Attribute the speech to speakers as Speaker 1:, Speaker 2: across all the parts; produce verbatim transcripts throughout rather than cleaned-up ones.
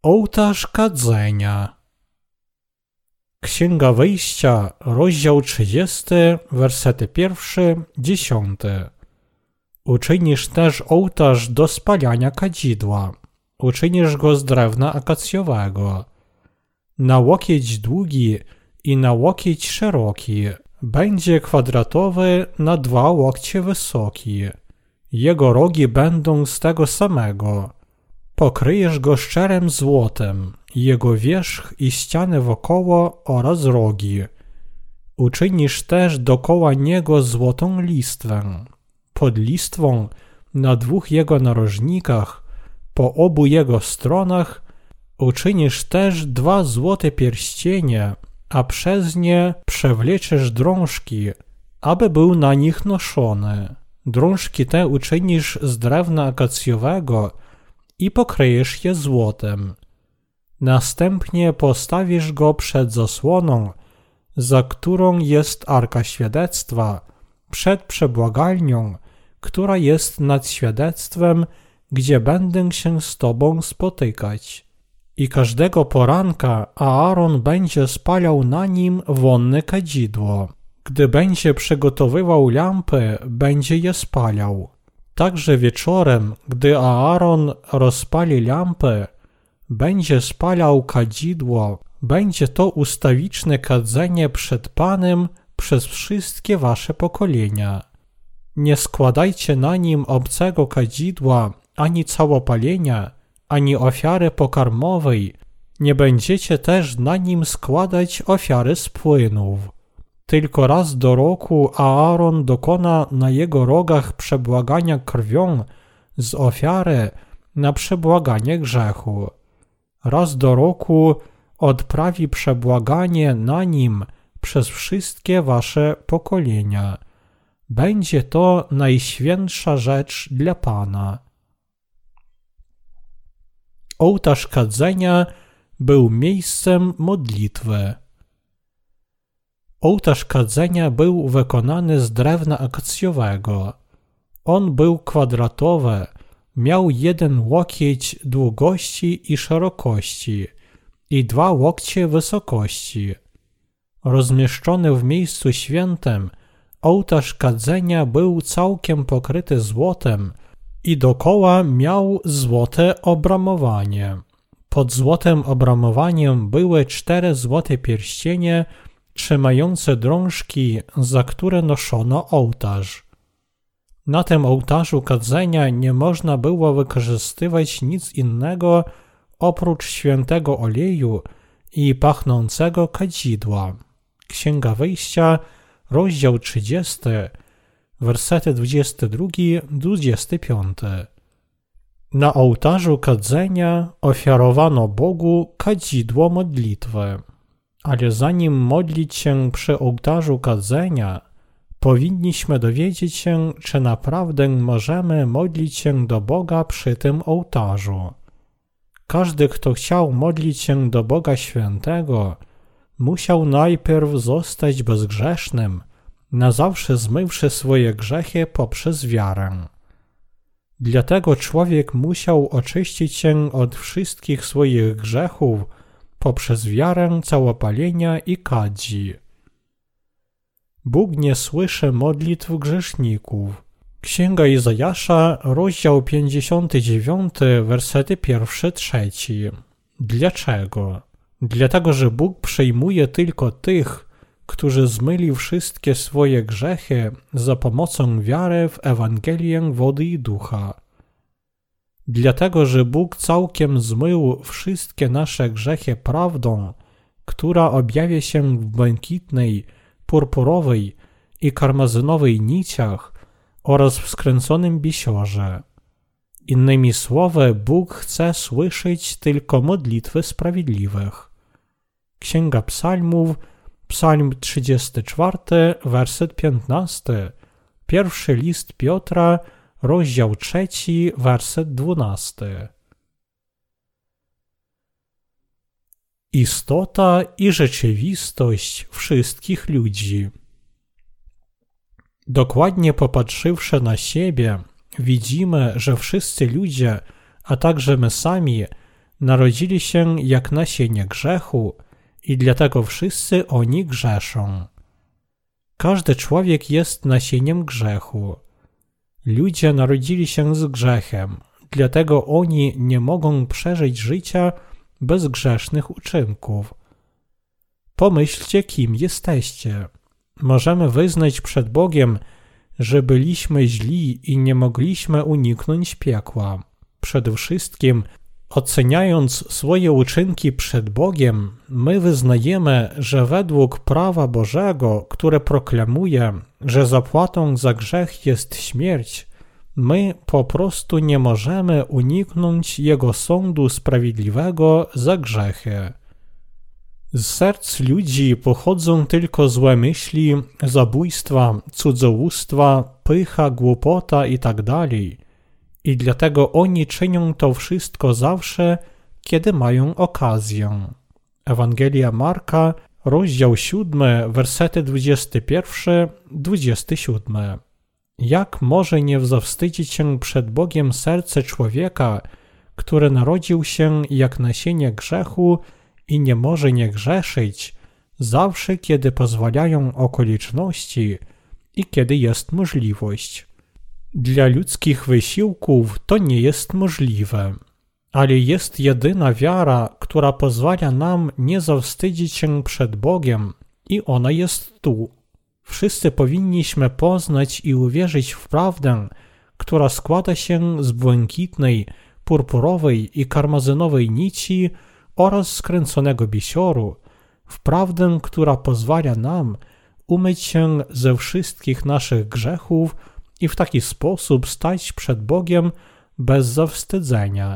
Speaker 1: Ołtarz kadzenia. Księga Wyjścia, rozdział trzydziesty, wersety pierwszy, dziesiąty. Uczynisz też ołtarz do spalania kadzidła. Uczynisz go z drewna akacjowego. Na łokieć długi i na łokieć szeroki. Będzie kwadratowy, na dwa łokcie wysoki. Jego rogi będą z tego samego. Pokryjesz go szczerem złotem, jego wierzch i ściany wokoło oraz rogi. Uczynisz też dokoła niego złotą listwę. Pod listwą, na dwóch jego narożnikach, po obu jego stronach, uczynisz też dwa złote pierścienie, a przez nie przewleczesz drążki, aby był na nich noszony. Drążki te uczynisz z drewna akacjowego i pokryjesz je złotem. Następnie postawisz go przed zasłoną, za którą jest Arka Świadectwa, przed przebłagalnią, która jest nad świadectwem, gdzie będę się z Tobą spotykać. I każdego poranka Aaron będzie spalał na nim wonne kadzidło. Gdy będzie przygotowywał lampy, będzie je spalał. Także wieczorem, gdy Aaron rozpali lampy, będzie spalał kadzidło. Będzie to ustawiczne kadzenie przed Panem przez wszystkie wasze pokolenia. Nie składajcie na nim obcego kadzidła, ani całopalenia, ani ofiary pokarmowej. Nie będziecie też na nim składać ofiary z płynów. Tylko raz do roku Aaron dokona na jego rogach przebłagania krwią z ofiary na przebłaganie grzechu. Raz do roku odprawi przebłaganie na nim przez wszystkie wasze pokolenia. Będzie to najświętsza rzecz dla Pana. Ołtarz kadzenia był miejscem modlitwy. Ołtarz kadzenia był wykonany z drewna akacjowego. On był kwadratowy, miał jeden łokieć długości i szerokości i dwa łokcie wysokości. Rozmieszczony w miejscu świętym, ołtarz kadzenia był całkiem pokryty złotem i dokoła miał złote obramowanie. Pod złotym obramowaniem były cztery złote pierścienie trzymające drążki, za które noszono ołtarz. Na tym ołtarzu kadzenia nie można było wykorzystywać nic innego oprócz świętego oleju i pachnącego kadzidła. Księga Wyjścia, rozdział trzydziesty, wersety dwudziesty drugi do dwudziestego piątego. Na ołtarzu kadzenia ofiarowano Bogu kadzidło modlitwy. Ale zanim modlić się przy ołtarzu kadzenia, powinniśmy dowiedzieć się, czy naprawdę możemy modlić się do Boga przy tym ołtarzu. Każdy, kto chciał modlić się do Boga Świętego, musiał najpierw zostać bezgrzesznym, na zawsze zmywszy swoje grzechy poprzez wiarę. Dlatego człowiek musiał oczyścić się od wszystkich swoich grzechów poprzez wiarę całopalenia i kadzi. Bóg nie słyszy modlitw grzeszników. Księga Izajasza, rozdział pięćdziesiąty dziewiąty, wersety pierwszy, trzeci. Dlaczego? Dlatego, że Bóg przyjmuje tylko tych, którzy zmyli wszystkie swoje grzechy za pomocą wiary w Ewangelię wody i ducha. Dlatego, że Bóg całkiem zmył wszystkie nasze grzechy prawdą, która objawia się w błękitnej, purpurowej i karmazynowej niciach oraz w skręconym bisiorze. Innymi słowy, Bóg chce słyszeć tylko modlitwy sprawiedliwych. Księga Psalmów, Psalm trzydziesty czwarty, werset piętnasty, pierwszy list Piotra, rozdział trzeci, werset dwunasty. Istota i rzeczywistość wszystkich ludzi. Dokładnie popatrzywszy na siebie, widzimy, że wszyscy ludzie, a także my sami, narodzili się jak nasienie grzechu i dlatego wszyscy oni grzeszą. Każdy człowiek jest nasieniem grzechu. Ludzie narodzili się z grzechem, dlatego oni nie mogą przeżyć życia bez grzesznych uczynków. Pomyślcie, kim jesteście. Możemy wyznać przed Bogiem, że byliśmy źli i nie mogliśmy uniknąć piekła. Przede wszystkim, oceniając swoje uczynki przed Bogiem, my wyznajemy, że według prawa Bożego, które proklamuje, że zapłatą za grzech jest śmierć, my po prostu nie możemy uniknąć Jego sądu sprawiedliwego za grzechy. Z serc ludzi pochodzą tylko złe myśli, zabójstwa, cudzołóstwa, pycha, głupota itd. I dlatego oni czynią to wszystko zawsze, kiedy mają okazję. Ewangelia Marka, rozdział siódmy, wersety dwudziesty pierwszy do dwudziestego siódmego. Jak może nie zawstydzić się przed Bogiem serce człowieka, który narodził się jak nasienie grzechu i nie może nie grzeszyć, zawsze kiedy pozwalają okoliczności i kiedy jest możliwość. Dla ludzkich wysiłków to nie jest możliwe, ale jest jedyna wiara, która pozwala nam nie zawstydzić się przed Bogiem i ona jest tu. Wszyscy powinniśmy poznać i uwierzyć w prawdę, która składa się z błękitnej, purpurowej i karmazynowej nici oraz skręconego bisioru, w prawdę, która pozwala nam umyć się ze wszystkich naszych grzechów i w taki sposób stać przed Bogiem bez zawstydzenia.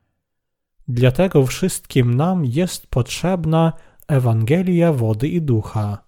Speaker 1: Dlatego wszystkim nam jest potrzebna Ewangelia wody i ducha.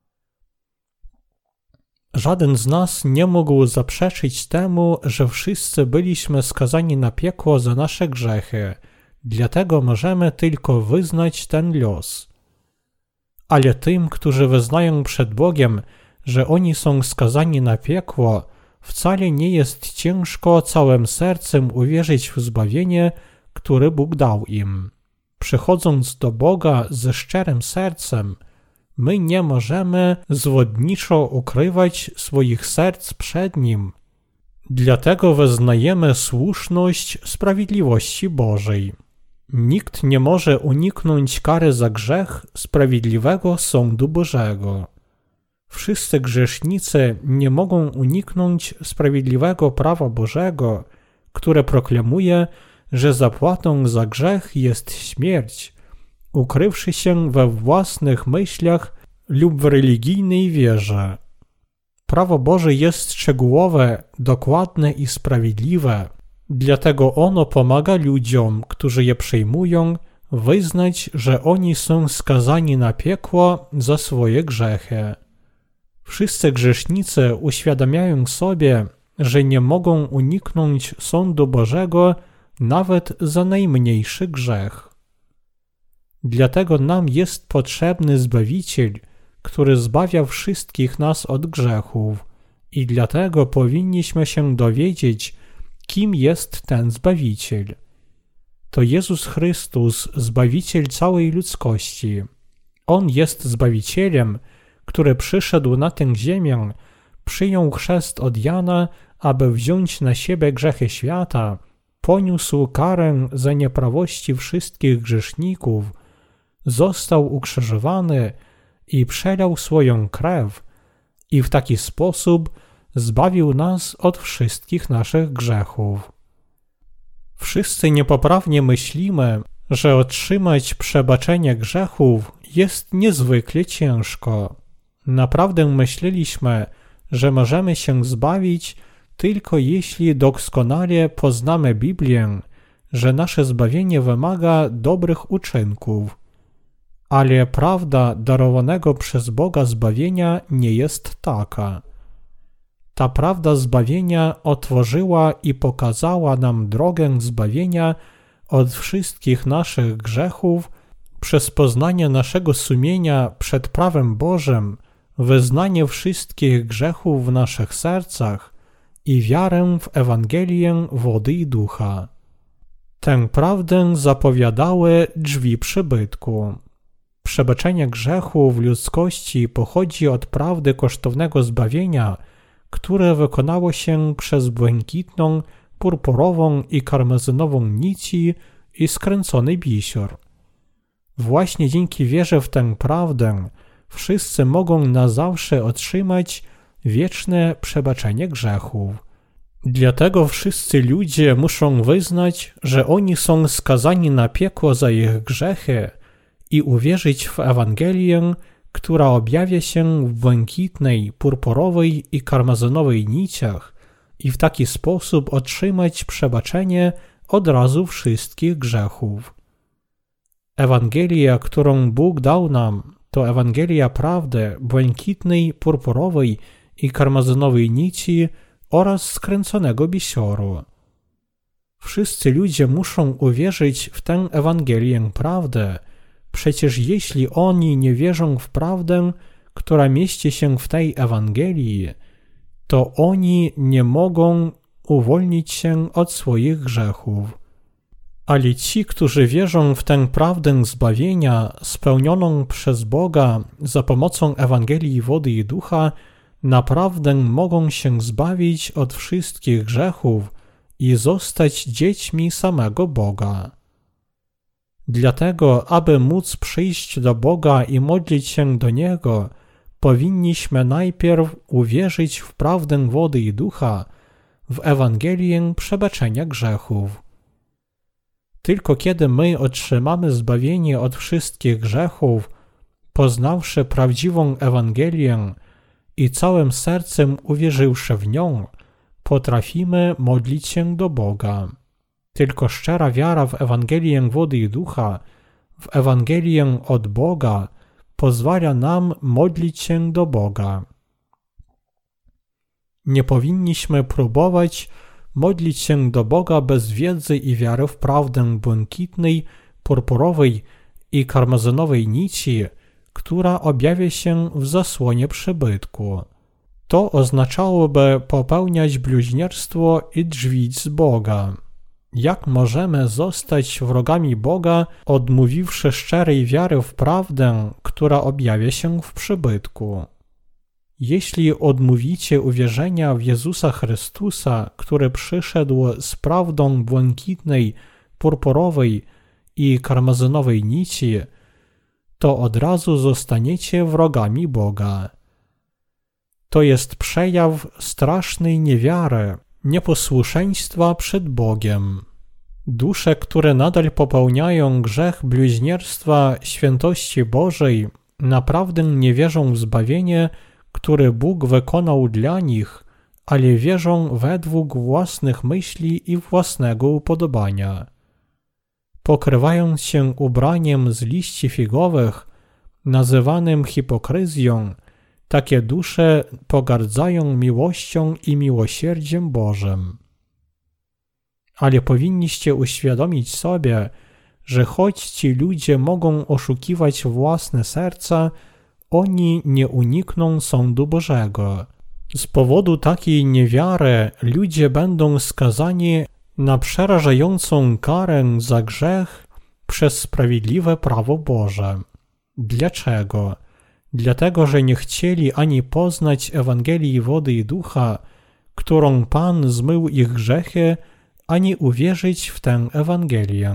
Speaker 1: Żaden z nas nie mógł zaprzeczyć temu, że wszyscy byliśmy skazani na piekło za nasze grzechy, dlatego możemy tylko wyznać ten los. Ale tym, którzy wyznają przed Bogiem, że oni są skazani na piekło, wcale nie jest ciężko całym sercem uwierzyć w zbawienie, które Bóg dał im. Przychodząc do Boga ze szczerym sercem, my nie możemy zwodniczo ukrywać swoich serc przed Nim. Dlatego wyznajemy słuszność sprawiedliwości Bożej. Nikt nie może uniknąć kary za grzech sprawiedliwego sądu Bożego. Wszyscy grzesznicy nie mogą uniknąć sprawiedliwego prawa Bożego, które proklamuje, że zapłatą za grzech jest śmierć, ukrywszy się we własnych myślach lub w religijnej wierze. Prawo Boże jest szczegółowe, dokładne i sprawiedliwe, dlatego ono pomaga ludziom, którzy je przyjmują, wyznać, że oni są skazani na piekło za swoje grzechy. Wszyscy grzesznicy uświadamiają sobie, że nie mogą uniknąć sądu Bożego nawet za najmniejszy grzech. Dlatego nam jest potrzebny Zbawiciel, który zbawia wszystkich nas od grzechów i dlatego powinniśmy się dowiedzieć, kim jest ten Zbawiciel. To Jezus Chrystus, Zbawiciel całej ludzkości. On jest Zbawicielem, który przyszedł na tę ziemię, przyjął chrzest od Jana, aby wziąć na siebie grzechy świata, poniósł karę za nieprawości wszystkich grzeszników, został ukrzyżowany i przelał swoją krew i w taki sposób zbawił nas od wszystkich naszych grzechów. Wszyscy niepoprawnie myślimy, że otrzymać przebaczenie grzechów jest niezwykle ciężko. Naprawdę myśleliśmy, że możemy się zbawić tylko jeśli doskonale poznamy Biblię, że nasze zbawienie wymaga dobrych uczynków. Ale prawda darowanego przez Boga zbawienia nie jest taka. Ta prawda zbawienia otworzyła i pokazała nam drogę zbawienia od wszystkich naszych grzechów przez poznanie naszego sumienia przed prawem Bożym, wyznanie wszystkich grzechów w naszych sercach i wiarę w Ewangelię wody i ducha. Tę prawdę zapowiadały drzwi przybytku. Przebaczenie grzechu w ludzkości pochodzi od prawdy kosztownego zbawienia, które wykonało się przez błękitną, purpurową i karmazynową nici i skręcony bisior. Właśnie dzięki wierze w tę prawdę wszyscy mogą na zawsze otrzymać wieczne przebaczenie grzechów. Dlatego wszyscy ludzie muszą wyznać, że oni są skazani na piekło za ich grzechy i uwierzyć w Ewangelię, która objawia się w błękitnej, purpurowej i karmazynowej niciach i w taki sposób otrzymać przebaczenie od razu wszystkich grzechów. Ewangelia, którą Bóg dał nam, to Ewangelia prawdy, błękitnej, purpurowej i karmazynowej nici oraz skręconego bisioru. Wszyscy ludzie muszą uwierzyć w tę Ewangelię prawdy, przecież jeśli oni nie wierzą w prawdę, która mieści się w tej Ewangelii, to oni nie mogą uwolnić się od swoich grzechów. Ale ci, którzy wierzą w tę prawdę zbawienia spełnioną przez Boga za pomocą Ewangelii wody i ducha, naprawdę mogą się zbawić od wszystkich grzechów i zostać dziećmi samego Boga. Dlatego, aby móc przyjść do Boga i modlić się do Niego, powinniśmy najpierw uwierzyć w prawdę wody i ducha, w Ewangelię przebaczenia grzechów. Tylko kiedy my otrzymamy zbawienie od wszystkich grzechów, poznawszy prawdziwą Ewangelię i całym sercem uwierzywszy w nią, potrafimy modlić się do Boga. Tylko szczera wiara w Ewangelię wody i ducha, w Ewangelię od Boga, pozwala nam modlić się do Boga. Nie powinniśmy próbować modlić się do Boga bez wiedzy i wiary w prawdę błękitnej, purpurowej i karmazynowej nici, która objawia się w zasłonie przybytku. To oznaczałoby popełniać bluźnierstwo i drzwić z Boga. Jak możemy zostać wrogami Boga, odmówiwszy szczerej wiary w prawdę, która objawia się w przybytku? Jeśli odmówicie uwierzenia w Jezusa Chrystusa, który przyszedł z prawdą błękitnej, purpurowej i karmazynowej nici, to od razu zostaniecie wrogami Boga. To jest przejaw strasznej niewiary, nieposłuszeństwa przed Bogiem. Dusze, które nadal popełniają grzech bluźnierstwa świętości Bożej, naprawdę nie wierzą w zbawienie, które Bóg wykonał dla nich, ale wierzą według własnych myśli i własnego upodobania. Pokrywając się ubraniem z liści figowych, nazywanym hipokryzją, takie dusze pogardzają miłością i miłosierdziem Bożym. Ale powinniście uświadomić sobie, że choć ci ludzie mogą oszukiwać własne serca, oni nie unikną sądu Bożego. Z powodu takiej niewiary ludzie będą skazani na przerażającą karę za grzech przez sprawiedliwe prawo Boże. Dlaczego? Dlatego, że nie chcieli ani poznać Ewangelii wody i ducha, którą Pan zmył ich grzechy, ani uwierzyć w tę Ewangelię.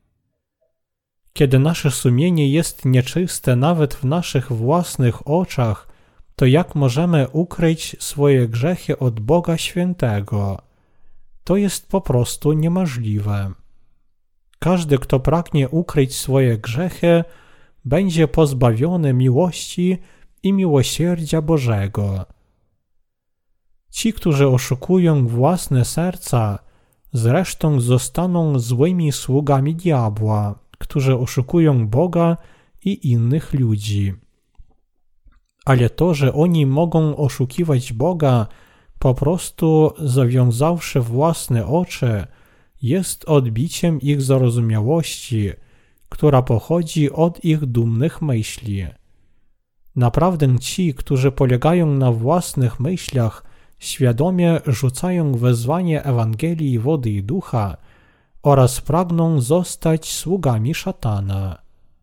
Speaker 1: Kiedy nasze sumienie jest nieczyste nawet w naszych własnych oczach, to jak możemy ukryć swoje grzechy od Boga Świętego? To jest po prostu niemożliwe. Każdy, kto pragnie ukryć swoje grzechy, będzie pozbawiony miłości i miłosierdzia Bożego. Ci, którzy oszukują własne serca, zresztą zostaną złymi sługami diabła, którzy oszukują Boga i innych ludzi. Ale to, że oni mogą oszukiwać Boga, po prostu zawiązawszy własne oczy, jest odbiciem ich zarozumiałości, która pochodzi od ich dumnych myśli. Naprawdę ci, którzy polegają na własnych myślach, świadomie rzucają wezwanie Ewangelii wody i ducha, oraz pragną zostać sługami szatana.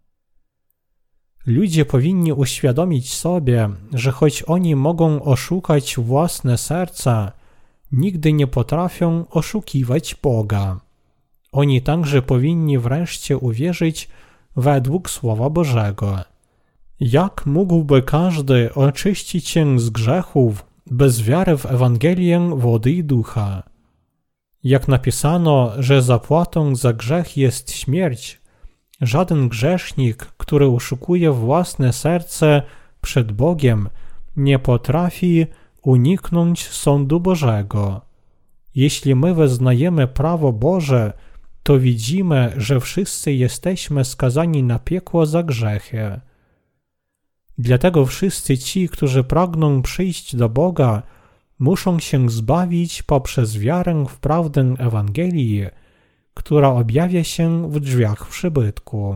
Speaker 1: Ludzie powinni uświadomić sobie, że choć oni mogą oszukać własne serca, nigdy nie potrafią oszukiwać Boga. Oni także powinni wreszcie uwierzyć według Słowa Bożego. Jak mógłby każdy oczyścić się z grzechów bez wiary w Ewangelię wody i ducha? Jak napisano, że zapłatą za grzech jest śmierć, żaden grzesznik, który oszukuje własne serce przed Bogiem, nie potrafi uniknąć sądu Bożego. Jeśli my wyznajemy prawo Boże, to widzimy, że wszyscy jesteśmy skazani na piekło za grzechy. Dlatego wszyscy ci, którzy pragną przyjść do Boga, muszą się zbawić poprzez wiarę w prawdę Ewangelii, która objawia się w drzwiach przybytku.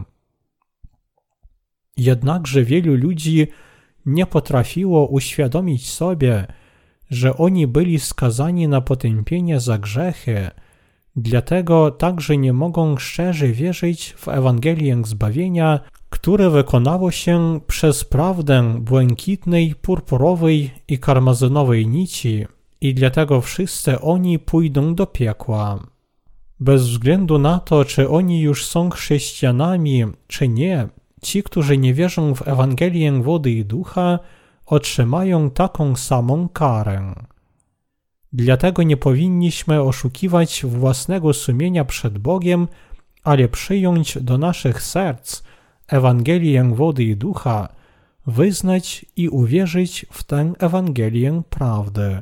Speaker 1: Jednakże wielu ludzi nie potrafiło uświadomić sobie, że oni byli skazani na potępienie za grzechy, dlatego także nie mogą szczerze wierzyć w Ewangelię zbawienia, które wykonało się przez prawdę błękitnej, purpurowej i karmazynowej nici, i dlatego wszyscy oni pójdą do piekła. Bez względu na to, czy oni już są chrześcijanami, czy nie, ci, którzy nie wierzą w Ewangelię wody i ducha, otrzymają taką samą karę. Dlatego nie powinniśmy oszukiwać własnego sumienia przed Bogiem, ale przyjąć do naszych serc Ewangelię wody i ducha, wyznać i uwierzyć w tę Ewangelię prawdy.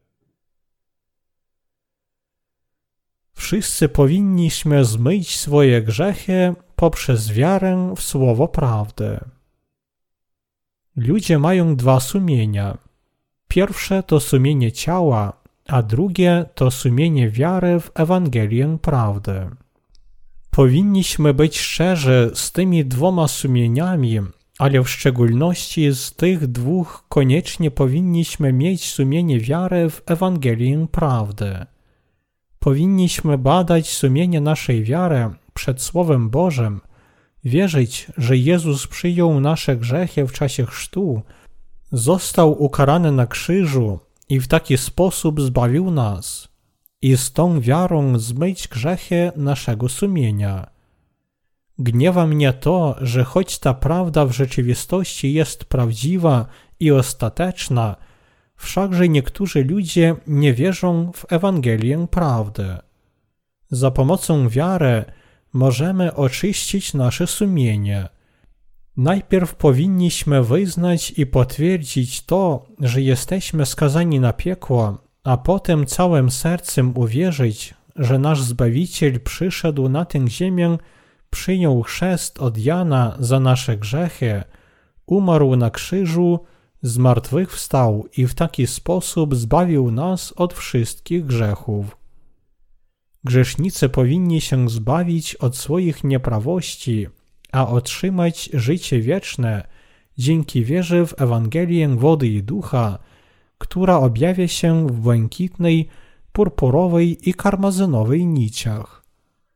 Speaker 1: Wszyscy powinniśmy zmyć swoje grzechy poprzez wiarę w słowo prawdy. Ludzie mają dwa sumienia. Pierwsze to sumienie ciała, a drugie to sumienie wiary w Ewangelię prawdy. Powinniśmy być szczerzy z tymi dwoma sumieniami, ale w szczególności z tych dwóch koniecznie powinniśmy mieć sumienie wiary w Ewangelię prawdy. Powinniśmy badać sumienie naszej wiary przed Słowem Bożym, wierzyć, że Jezus przyjął nasze grzechy w czasie chrztu, został ukarany na krzyżu i w taki sposób zbawił nas, i z tą wiarą zmyć grzechy naszego sumienia. Gniewa mnie to, że choć ta prawda w rzeczywistości jest prawdziwa i ostateczna, wszakże niektórzy ludzie nie wierzą w Ewangelię prawdy. Za pomocą wiary możemy oczyścić nasze sumienie. Najpierw powinniśmy wyznać i potwierdzić to, że jesteśmy skazani na piekło, a potem całym sercem uwierzyć, że nasz Zbawiciel przyszedł na tę ziemię, przyjął chrzest od Jana za nasze grzechy, umarł na krzyżu, zmartwychwstał i w taki sposób zbawił nas od wszystkich grzechów. Grzesznicy powinni się zbawić od swoich nieprawości, a otrzymać życie wieczne dzięki wierze w Ewangelię wody i ducha, która objawia się w błękitnej, purpurowej i karmazynowej niciach.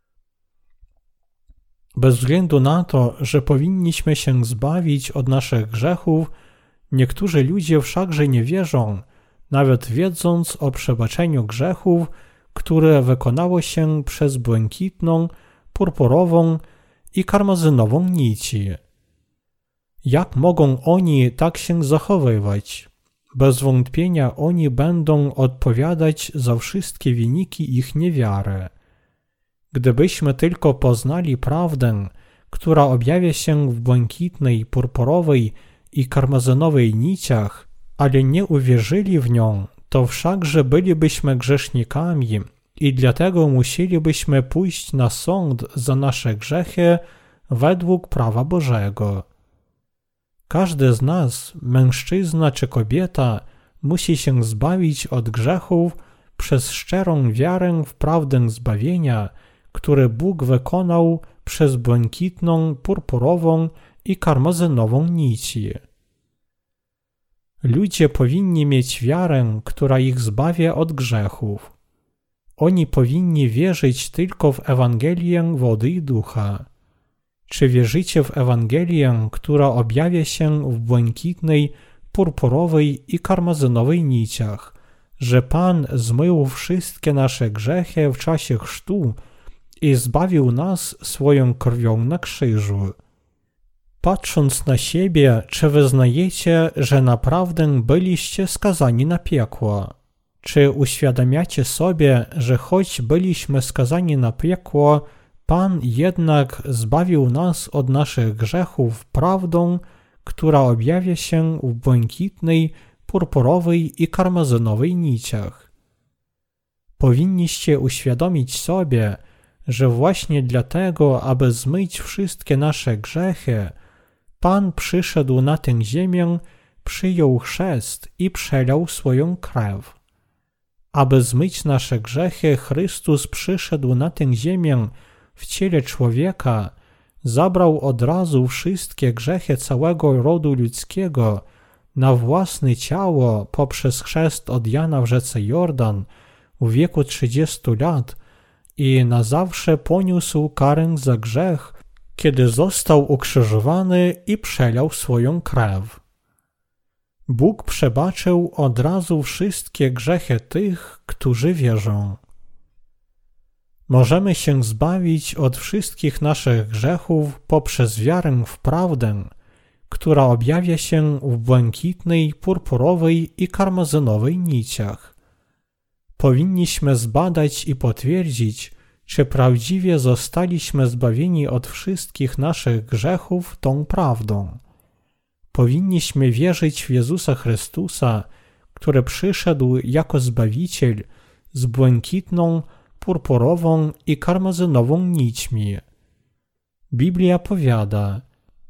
Speaker 1: Bez względu na to, że powinniśmy się zbawić od naszych grzechów, niektórzy ludzie wszakże nie wierzą, nawet wiedząc o przebaczeniu grzechów, które wykonało się przez błękitną, purpurową i karmazynową nici. Jak mogą oni tak się zachowywać? Bez wątpienia oni będą odpowiadać za wszystkie wyniki ich niewiary. Gdybyśmy tylko poznali prawdę, która objawia się w błękitnej, purpurowej i karmazynowej niciach, ale nie uwierzyli w nią, to wszakże bylibyśmy grzesznikami i dlatego musielibyśmy pójść na sąd za nasze grzechy według prawa Bożego. Każdy z nas, mężczyzna czy kobieta, musi się zbawić od grzechów przez szczerą wiarę w prawdę zbawienia, które Bóg wykonał przez błękitną, purpurową i karmazynową nici. Ludzie powinni mieć wiarę, która ich zbawia od grzechów. Oni powinni wierzyć tylko w Ewangelię wody i ducha. Czy wierzycie w Ewangelię, która objawia się w błękitnej, purpurowej i karmazynowej niciach, że Pan zmył wszystkie nasze grzechy w czasie chrztu i zbawił nas swoją krwią na krzyżu? Patrząc na siebie, czy wyznajecie, że naprawdę byliście skazani na piekło? Czy uświadamiacie sobie, że choć byliśmy skazani na piekło, Pan jednak zbawił nas od naszych grzechów prawdą, która objawia się w błękitnej, purpurowej i karmazynowej niciach? Powinniście uświadomić sobie, że właśnie dlatego, aby zmyć wszystkie nasze grzechy, Pan przyszedł na tę ziemię, przyjął chrzest i przelał swoją krew. Aby zmyć nasze grzechy, Chrystus przyszedł na tę ziemię w ciele człowieka, zabrał od razu wszystkie grzechy całego rodu ludzkiego na własne ciało poprzez chrzest od Jana w rzece Jordan w wieku trzydziestu lat i na zawsze poniósł karę za grzech, kiedy został ukrzyżowany i przelał swoją krew. Bóg przebaczył od razu wszystkie grzechy tych, którzy wierzą. Możemy się zbawić od wszystkich naszych grzechów poprzez wiarę w prawdę, która objawia się w błękitnej, purpurowej i karmazynowej niciach. Powinniśmy zbadać i potwierdzić, czy prawdziwie zostaliśmy zbawieni od wszystkich naszych grzechów tą prawdą. Powinniśmy wierzyć w Jezusa Chrystusa, który przyszedł jako Zbawiciel z błękitną, purpurową i karmazynową nićmi. Biblia powiada: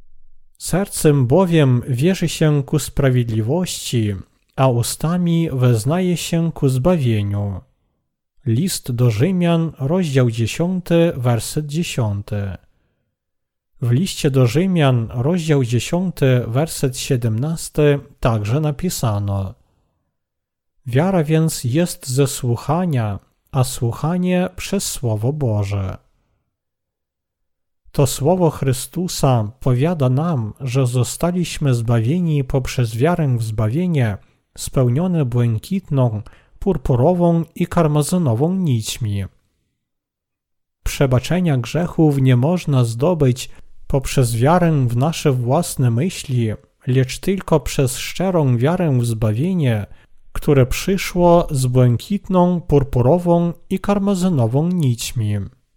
Speaker 1: sercem bowiem wierzy się ku sprawiedliwości, a ustami wyznaje się ku zbawieniu. List do Rzymian, rozdział dziesiąty, werset dziesiąty. W liście do Rzymian, rozdział dziesiąty, werset siedemnasty, także napisano: wiara więc jest ze słuchania, a słuchanie przez Słowo Boże. To Słowo Chrystusa powiada nam, że zostaliśmy zbawieni poprzez wiarę w zbawienie spełnione błękitną, purpurową i karmazynową nićmi. Przebaczenia grzechów nie można zdobyć poprzez wiarę w nasze własne myśli, lecz tylko przez szczerą wiarę w zbawienie, które przyszło z błękitną, purpurową i karmazynową nićmi.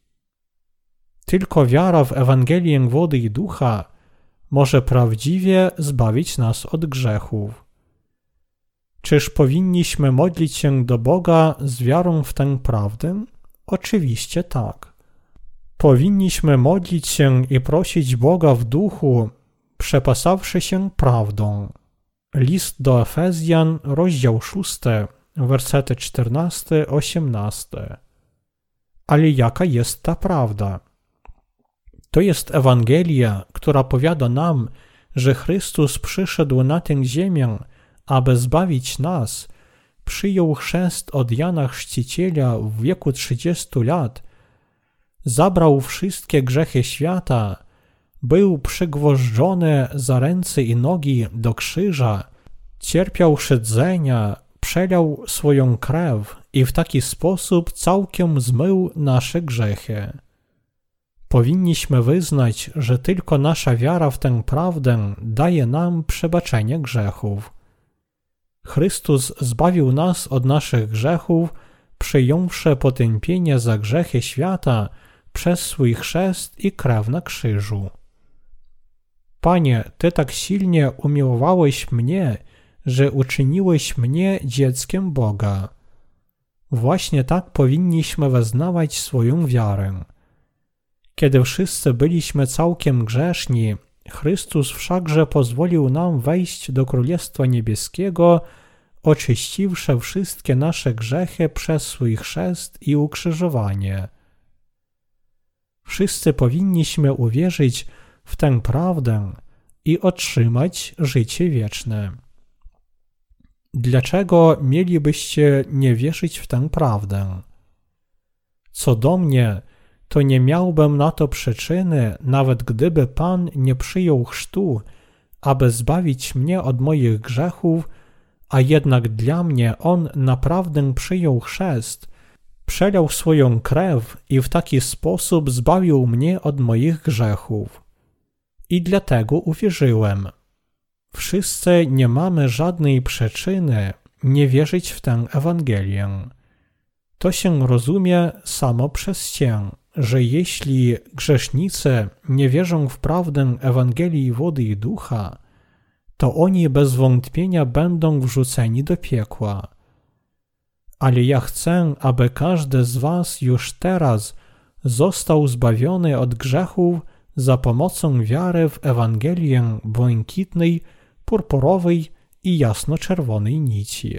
Speaker 1: Tylko wiara w Ewangelię wody i ducha może prawdziwie zbawić nas od grzechów. Czyż powinniśmy modlić się do Boga z wiarą w tę prawdę? Oczywiście tak. Powinniśmy modlić się i prosić Boga w duchu, przepasawszy się prawdą. List do Efezjan, rozdział szósty, wersety czternasty osiemnasty. Ale jaka jest ta prawda? To jest Ewangelia, która powiada nam, że Chrystus przyszedł na tę ziemię, aby zbawić nas, przyjął chrzest od Jana Chrzciciela w wieku trzydziestu lat, zabrał wszystkie grzechy świata, był przygwożdżony za ręce i nogi do krzyża, cierpiał szydzenia, przelał swoją krew i w taki sposób całkiem zmył nasze grzechy. Powinniśmy wyznać, że tylko nasza wiara w tę prawdę daje nam przebaczenie grzechów. Chrystus zbawił nas od naszych grzechów, przyjąwszy potępienie za grzechy świata przez swój chrzest i krew na krzyżu. Panie, Ty tak silnie umiłowałeś mnie, że uczyniłeś mnie dzieckiem Boga. Właśnie tak powinniśmy wyznawać swoją wiarę. Kiedy wszyscy byliśmy całkiem grzeszni, Chrystus wszakże pozwolił nam wejść do Królestwa Niebieskiego, oczyściwszy wszystkie nasze grzechy przez swój chrzest i ukrzyżowanie. Wszyscy powinniśmy uwierzyć w tę prawdę i otrzymać życie wieczne. Dlaczego mielibyście nie wierzyć w tę prawdę? Co do mnie, to nie miałbym na to przyczyny, nawet gdyby Pan nie przyjął chrztu, aby zbawić mnie od moich grzechów, a jednak dla mnie On naprawdę przyjął chrzest, przelał swoją krew i w taki sposób zbawił mnie od moich grzechów. I dlatego uwierzyłem. Wszyscy nie mamy żadnej przyczyny nie wierzyć w tę Ewangelię. To się rozumie samo przez Cię, że jeśli grzesznicy nie wierzą w prawdę Ewangelii wody i ducha, to oni bez wątpienia będą wrzuceni do piekła. Ale ja chcę, aby każdy z was już teraz został zbawiony od grzechów za pomocą wiary w Ewangelię błękitnej, purpurowej i jasno-czerwonej nici.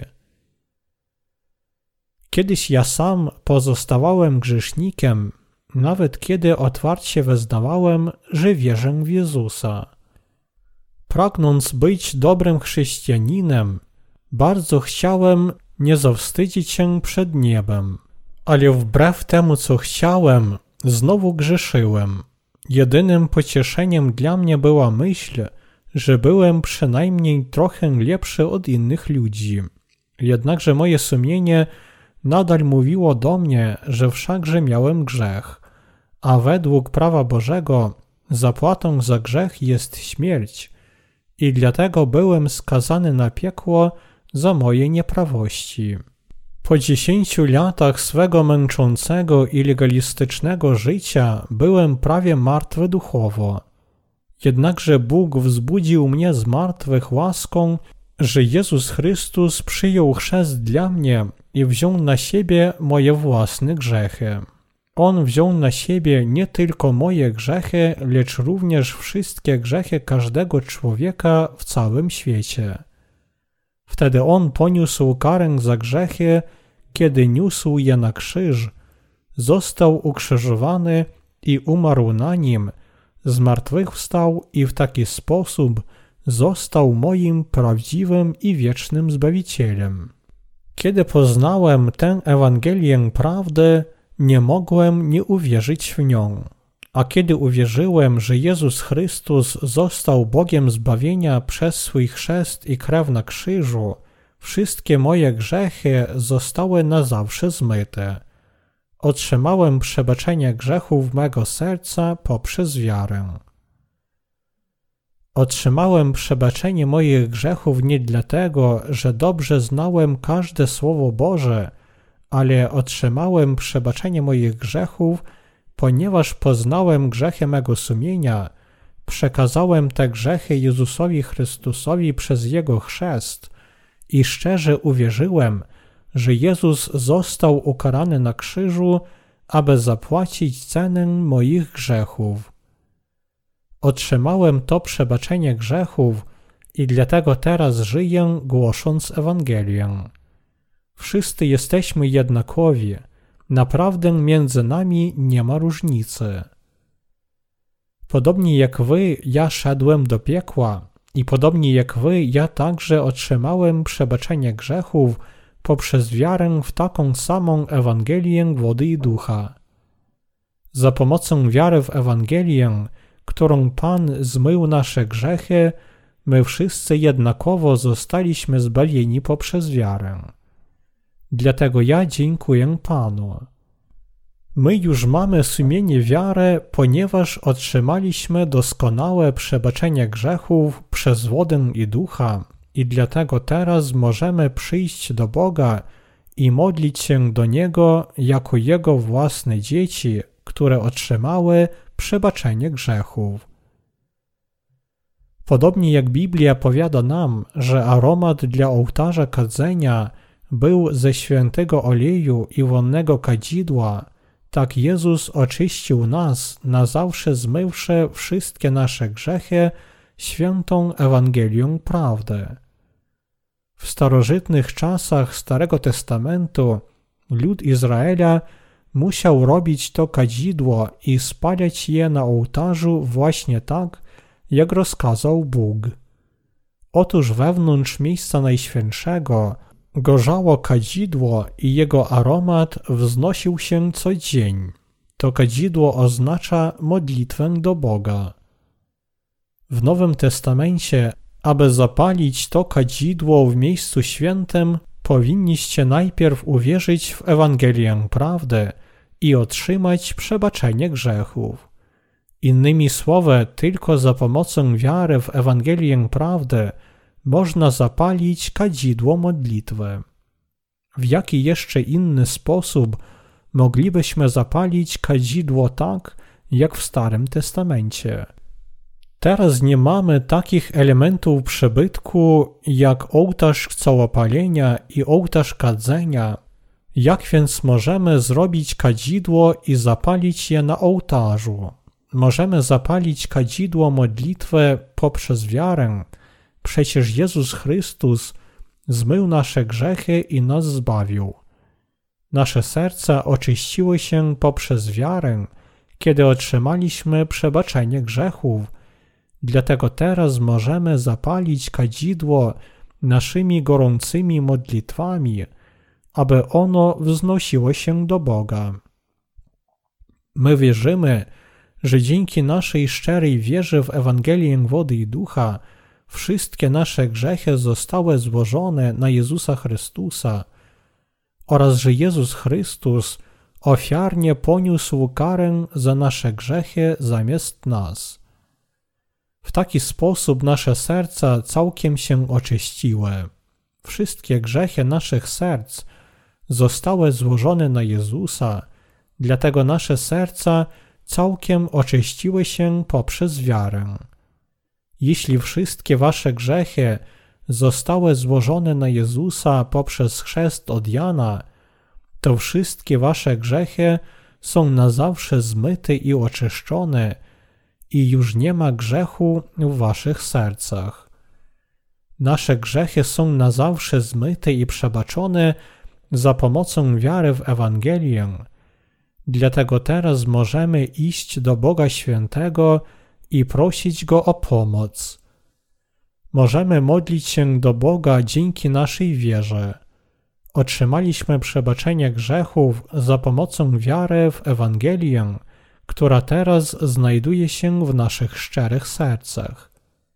Speaker 1: Kiedyś ja sam pozostawałem grzesznikiem, nawet kiedy otwarcie wyznawałem, że wierzę w Jezusa. Pragnąc być dobrym chrześcijaninem, bardzo chciałem nie zawstydzić się przed niebem, ale wbrew temu, co chciałem, znowu grzeszyłem. Jedynym pocieszeniem dla mnie była myśl, że byłem przynajmniej trochę lepszy od innych ludzi. Jednakże moje sumienie nadal mówiło do mnie, że wszakże miałem grzech, a według prawa Bożego zapłatą za grzech jest śmierć i dlatego byłem skazany na piekło za moje nieprawości. Po dziesięciu latach swego męczącego i legalistycznego życia byłem prawie martwy duchowo. Jednakże Bóg wzbudził mnie z martwych łaską, że Jezus Chrystus przyjął chrzest dla mnie i wziął na siebie moje własne grzechy. On wziął na siebie nie tylko moje grzechy, lecz również wszystkie grzechy każdego człowieka w całym świecie. Wtedy On poniósł karę za grzechy, kiedy niósł je na krzyż, został ukrzyżowany i umarł na nim, zmartwychwstał i w taki sposób został moim prawdziwym i wiecznym Zbawicielem. Kiedy poznałem tę Ewangelię prawdy, nie mogłem nie uwierzyć w nią. A kiedy uwierzyłem, że Jezus Chrystus został Bogiem zbawienia przez swój chrzest i krew na krzyżu, wszystkie moje grzechy zostały na zawsze zmyte. Otrzymałem przebaczenie grzechów mego serca poprzez wiarę. Otrzymałem przebaczenie moich grzechów nie dlatego, że dobrze znałem każde Słowo Boże, ale otrzymałem przebaczenie moich grzechów, ponieważ poznałem grzechy mego sumienia, przekazałem te grzechy Jezusowi Chrystusowi przez Jego chrzest i szczerze uwierzyłem, że Jezus został ukarany na krzyżu, aby zapłacić cenę moich grzechów. Otrzymałem to przebaczenie grzechów i dlatego teraz żyję, głosząc Ewangelię. Wszyscy jesteśmy jednakowi. Naprawdę między nami nie ma różnicy. Podobnie jak wy, ja szedłem do piekła i podobnie jak wy, ja także otrzymałem przebaczenie grzechów poprzez wiarę w taką samą Ewangelię wody i ducha. Za pomocą wiary w Ewangelię, którą Pan zmył nasze grzechy, my wszyscy jednakowo zostaliśmy zbawieni poprzez wiarę. Dlatego ja dziękuję Panu. My już mamy sumienie wiary, ponieważ otrzymaliśmy doskonałe przebaczenie grzechów przez wodę i ducha i dlatego teraz możemy przyjść do Boga i modlić się do Niego jako Jego własne dzieci, które otrzymały przebaczenie grzechów. Podobnie jak Biblia powiada nam, że aromat dla ołtarza kadzenia był ze świętego oleju i wonnego kadzidła, tak Jezus oczyścił nas, na zawsze zmywszy wszystkie nasze grzechy świętą Ewangelią prawdy. W starożytnych czasach Starego Testamentu lud Izraela musiał robić to kadzidło i spalać je na ołtarzu właśnie tak, jak rozkazał Bóg. Otóż wewnątrz miejsca najświętszego Gorzało kadzidło i jego aromat wznosił się co dzień. To kadzidło oznacza modlitwę do Boga. W Nowym Testamencie, aby zapalić to kadzidło w miejscu świętym, powinniście najpierw uwierzyć w Ewangelię prawdy i otrzymać przebaczenie grzechów. Innymi słowy, tylko za pomocą wiary w Ewangelię prawdy można zapalić kadzidło modlitwy. W jaki jeszcze inny sposób moglibyśmy zapalić kadzidło tak, jak w Starym Testamencie? Teraz nie mamy takich elementów przybytku jak ołtarz całopalenia i ołtarz kadzenia. Jak więc możemy zrobić kadzidło i zapalić je na ołtarzu? Możemy zapalić kadzidło modlitwy poprzez wiarę. Przecież Jezus Chrystus zmył nasze grzechy i nas zbawił. Nasze serca oczyściły się poprzez wiarę, kiedy otrzymaliśmy przebaczenie grzechów. Dlatego teraz możemy zapalić kadzidło naszymi gorącymi modlitwami, aby ono wznosiło się do Boga. My wierzymy, że dzięki naszej szczerej wierze w Ewangelię wody i ducha wszystkie nasze grzechy zostały złożone na Jezusa Chrystusa oraz że Jezus Chrystus ofiarnie poniósł karę za nasze grzechy zamiast nas. W taki sposób nasze serca całkiem się oczyściły. Wszystkie grzechy naszych serc zostały złożone na Jezusa, dlatego nasze serca całkiem oczyściły się poprzez wiarę. Jeśli wszystkie wasze grzechy zostały złożone na Jezusa poprzez chrzest od Jana, to wszystkie wasze grzechy są na zawsze zmyte i oczyszczone i już nie ma grzechu w waszych sercach. Nasze grzechy są na zawsze zmyte i przebaczone za pomocą wiary w Ewangelię. Dlatego teraz możemy iść do Boga Świętego i prosić Go o pomoc. Możemy modlić się do Boga dzięki naszej wierze. Otrzymaliśmy przebaczenie grzechów za pomocą wiary w Ewangelię, która teraz znajduje się w naszych szczerych sercach.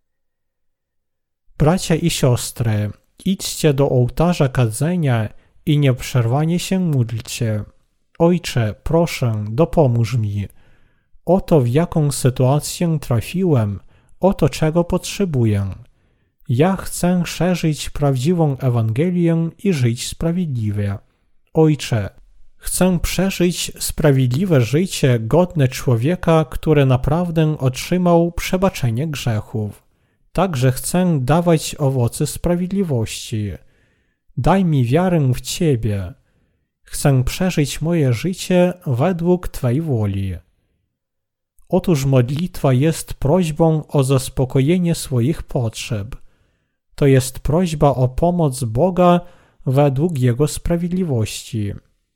Speaker 1: Bracia i siostry, idźcie do ołtarza kadzenia i nieprzerwanie się módlcie. Ojcze, proszę, dopomóż mi. Oto w jaką sytuację trafiłem, oto czego potrzebuję. Ja chcę szerzyć prawdziwą Ewangelię i żyć sprawiedliwie. Ojcze, chcę przeżyć sprawiedliwe życie godne człowieka, który naprawdę otrzymał przebaczenie grzechów. Także chcę dawać owoce sprawiedliwości. Daj mi wiarę w Ciebie. Chcę przeżyć moje życie według Twej woli. Otóż modlitwa jest prośbą o zaspokojenie swoich potrzeb. To jest prośba o pomoc Boga według Jego sprawiedliwości.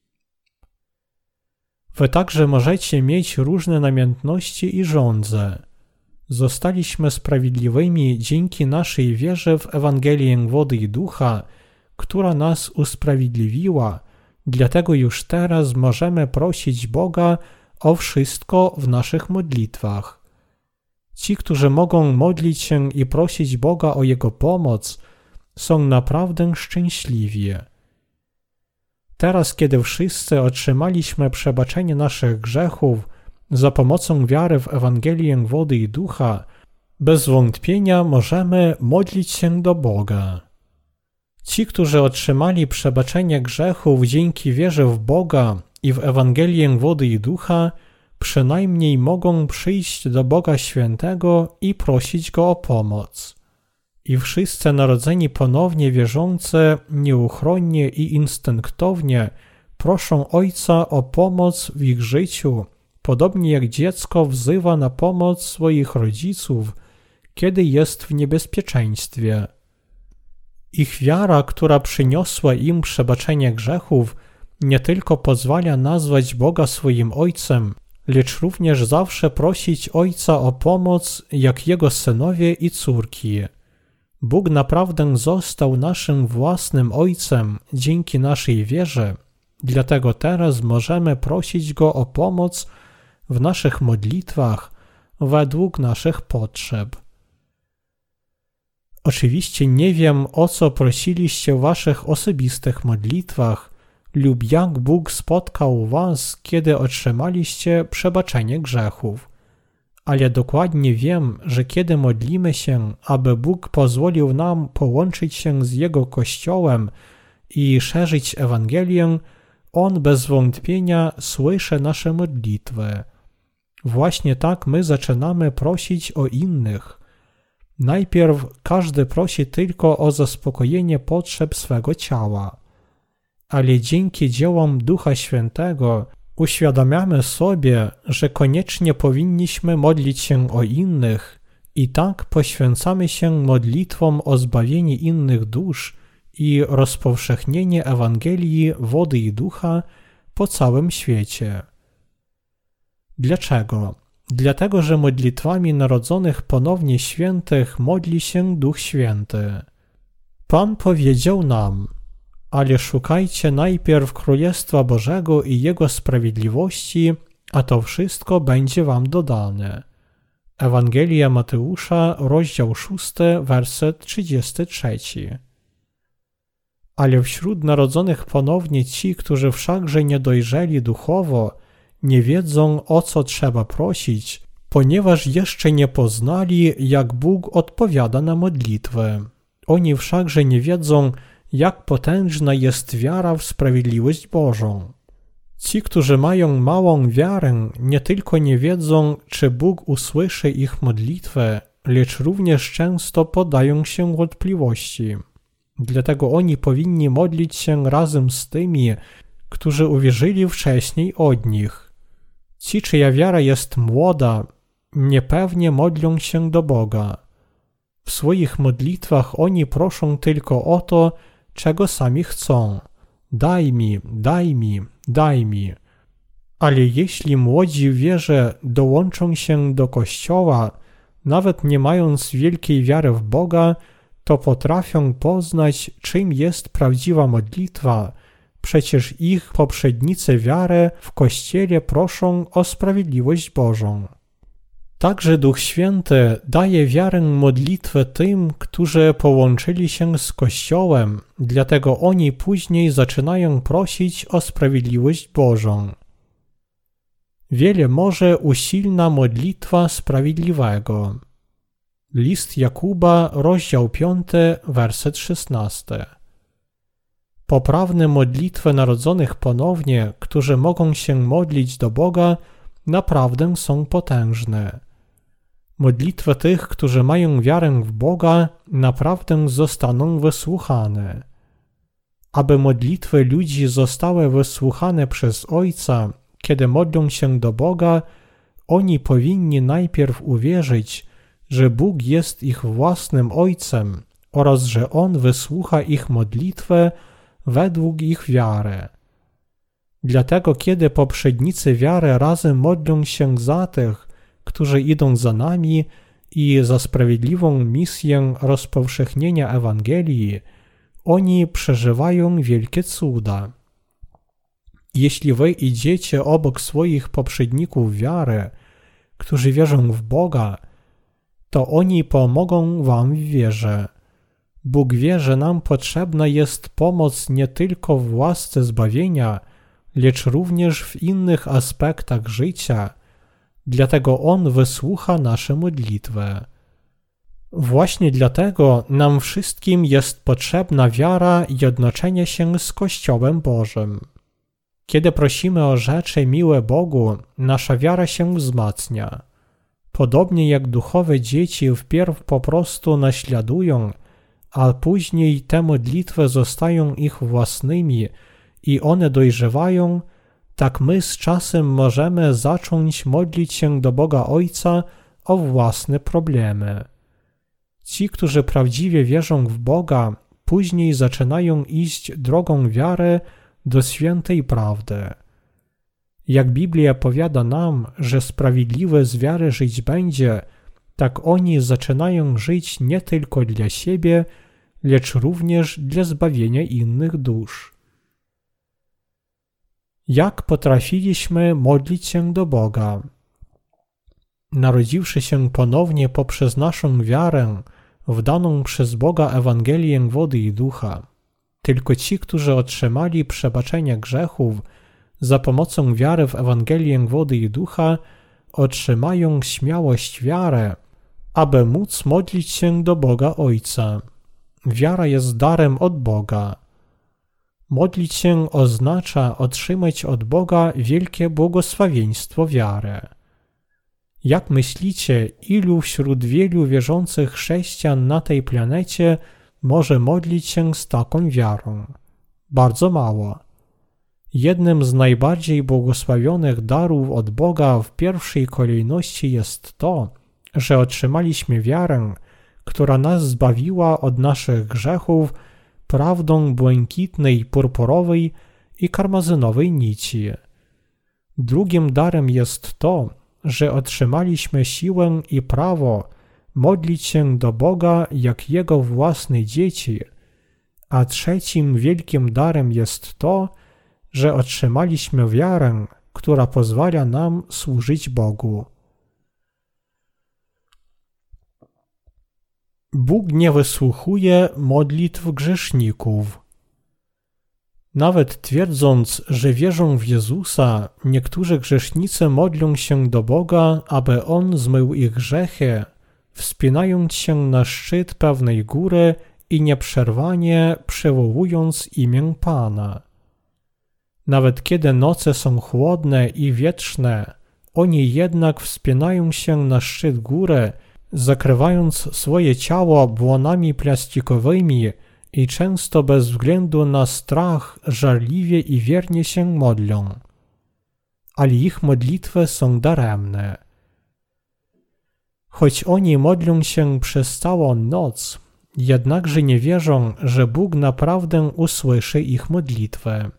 Speaker 1: Wy także możecie mieć różne namiętności i żądze. Zostaliśmy sprawiedliwymi dzięki naszej wierze w Ewangelię wody i ducha, która nas usprawiedliwiła, dlatego już teraz możemy prosić Boga o wszystko w naszych modlitwach. Ci, którzy mogą modlić się i prosić Boga o Jego pomoc, są naprawdę szczęśliwi. Teraz, kiedy wszyscy otrzymaliśmy przebaczenie naszych grzechów za pomocą wiary w Ewangelię wody i ducha, bez wątpienia możemy modlić się do Boga. Ci, którzy otrzymali przebaczenie grzechów dzięki wierze w Boga i w Ewangelię wody i ducha, przynajmniej mogą przyjść do Boga Świętego i prosić Go o pomoc. I wszyscy narodzeni ponownie wierzący nieuchronnie i instynktownie proszą Ojca o pomoc w ich życiu, podobnie jak dziecko wzywa na pomoc swoich rodziców, kiedy jest w niebezpieczeństwie. Ich wiara, która przyniosła im przebaczenie grzechów, nie tylko pozwala nazwać Boga swoim Ojcem, lecz również zawsze prosić Ojca o pomoc jak Jego synowie i córki. Bóg naprawdę został naszym własnym Ojcem dzięki naszej wierze, dlatego teraz możemy prosić Go o pomoc w naszych modlitwach według naszych potrzeb. Oczywiście nie wiem, o co prosiliście w waszych osobistych modlitwach lub jak Bóg spotkał was, kiedy otrzymaliście przebaczenie grzechów. Ale dokładnie wiem, że kiedy modlimy się, aby Bóg pozwolił nam połączyć się z Jego Kościołem i szerzyć Ewangelię, On bez wątpienia słyszy nasze modlitwy. Właśnie tak my zaczynamy prosić o innych. Najpierw każdy prosi tylko o zaspokojenie potrzeb swego ciała, ale dzięki dziełom Ducha Świętego uświadamiamy sobie, że koniecznie powinniśmy modlić się o innych i tak poświęcamy się modlitwom o zbawienie innych dusz i rozpowszechnienie Ewangelii wody i ducha po całym świecie. Dlaczego? Dlatego, że modlitwami narodzonych ponownie świętych modli się Duch Święty. Pan powiedział nam: ale szukajcie najpierw Królestwa Bożego i Jego sprawiedliwości, a to wszystko będzie wam dodane. Ewangelia Mateusza, rozdział szósty, werset trzydziesty trzeci. Ale wśród narodzonych ponownie ci, którzy wszakże nie dojrzeli duchowo, nie wiedzą, o co trzeba prosić, ponieważ jeszcze nie poznali, jak Bóg odpowiada na modlitwę. Oni wszakże nie wiedzą, jak potężna jest wiara w sprawiedliwość Bożą. Ci, którzy mają małą wiarę, nie tylko nie wiedzą, czy Bóg usłyszy ich modlitwę, lecz również często podają się wątpliwości. Dlatego oni powinni modlić się razem z tymi, którzy uwierzyli wcześniej od nich. Ci, czyja wiara jest młoda, niepewnie modlą się do Boga. W swoich modlitwach oni proszą tylko o to, czego sami chcą. Daj mi, daj mi, daj mi. Ale jeśli młodzi w wierze dołączą się do Kościoła, nawet nie mając wielkiej wiary w Boga, to potrafią poznać, czym jest prawdziwa modlitwa. Przecież ich poprzednicy wiary w Kościele proszą o sprawiedliwość Bożą. Także Duch Święty daje wiarę modlitwę tym, którzy połączyli się z Kościołem, dlatego oni później zaczynają prosić o sprawiedliwość Bożą. Wiele może usilna modlitwa sprawiedliwego. List Jakuba, rozdział piąty, werset szesnasty. Poprawne modlitwy narodzonych ponownie, którzy mogą się modlić do Boga, naprawdę są potężne. Modlitwy tych, którzy mają wiarę w Boga, naprawdę zostaną wysłuchane. Aby modlitwy ludzi zostały wysłuchane przez Ojca, kiedy modlą się do Boga, oni powinni najpierw uwierzyć, że Bóg jest ich własnym Ojcem oraz że On wysłucha ich modlitwę według ich wiary. Dlatego, kiedy poprzednicy wiary razem modlą się za tych, którzy idą za nami i za sprawiedliwą misję rozpowszechnienia Ewangelii, oni przeżywają wielkie cuda. Jeśli wy idziecie obok swoich poprzedników wiary, którzy wierzą w Boga, to oni pomogą wam w wierze. Bóg wie, że nam potrzebna jest pomoc nie tylko w łasce zbawienia, lecz również w innych aspektach życia, dlatego On wysłucha nasze modlitwy. Właśnie dlatego nam wszystkim jest potrzebna wiara i jednoczenie się z Kościołem Bożym. Kiedy prosimy o rzeczy miłe Bogu, nasza wiara się wzmacnia. Podobnie jak duchowe dzieci wpierw po prostu naśladują, a później te modlitwy zostają ich własnymi i one dojrzewają, tak my z czasem możemy zacząć modlić się do Boga Ojca o własne problemy. Ci, którzy prawdziwie wierzą w Boga, później zaczynają iść drogą wiary do świętej prawdy. Jak Biblia powiada nam, że sprawiedliwy z wiary żyć będzie, tak oni zaczynają żyć nie tylko dla siebie, lecz również dla zbawienia innych dusz. Jak potrafiliśmy modlić się do Boga? Narodziwszy się ponownie poprzez naszą wiarę w daną przez Boga Ewangelię wody i ducha, tylko ci, którzy otrzymali przebaczenie grzechów za pomocą wiary w Ewangelię wody i ducha, otrzymają śmiałość wiarę, aby móc modlić się do Boga Ojca. Wiara jest darem od Boga. Modlić się oznacza otrzymać od Boga wielkie błogosławieństwo wiary. Jak myślicie, ilu wśród wielu wierzących chrześcijan na tej planecie może modlić się z taką wiarą? Bardzo mało. Jednym z najbardziej błogosławionych darów od Boga w pierwszej kolejności jest to, że otrzymaliśmy wiarę, która nas zbawiła od naszych grzechów prawdą błękitnej, purpurowej i karmazynowej nici. Drugim darem jest to, że otrzymaliśmy siłę i prawo modlić się do Boga jak Jego własne dzieci, a trzecim wielkim darem jest to, że otrzymaliśmy wiarę, która pozwala nam służyć Bogu. Bóg nie wysłuchuje modlitw grzeszników. Nawet twierdząc, że wierzą w Jezusa, niektórzy grzesznicy modlą się do Boga, aby On zmył ich grzechy, wspinając się na szczyt pewnej góry i nieprzerwanie przywołując imię Pana. Nawet kiedy noce są chłodne i wietrzne, oni jednak wspinają się na szczyt góry, zakrywając swoje ciało błonami plastikowymi i często bez względu na strach żarliwie i wiernie się modlą. Ale ich modlitwy są daremne. Choć oni modlą się przez całą noc, jednakże nie wierzą, że Bóg naprawdę usłyszy ich modlitwę.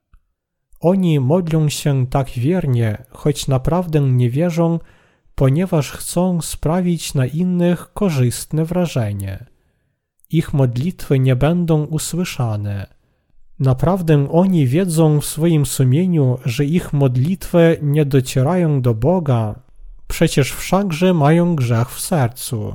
Speaker 1: Oni modlą się tak wiernie, choć naprawdę nie wierzą, ponieważ chcą sprawić na innych korzystne wrażenie. Ich modlitwy nie będą usłyszane. Naprawdę oni wiedzą w swoim sumieniu, że ich modlitwy nie docierają do Boga, przecież wszakże mają grzech w sercu.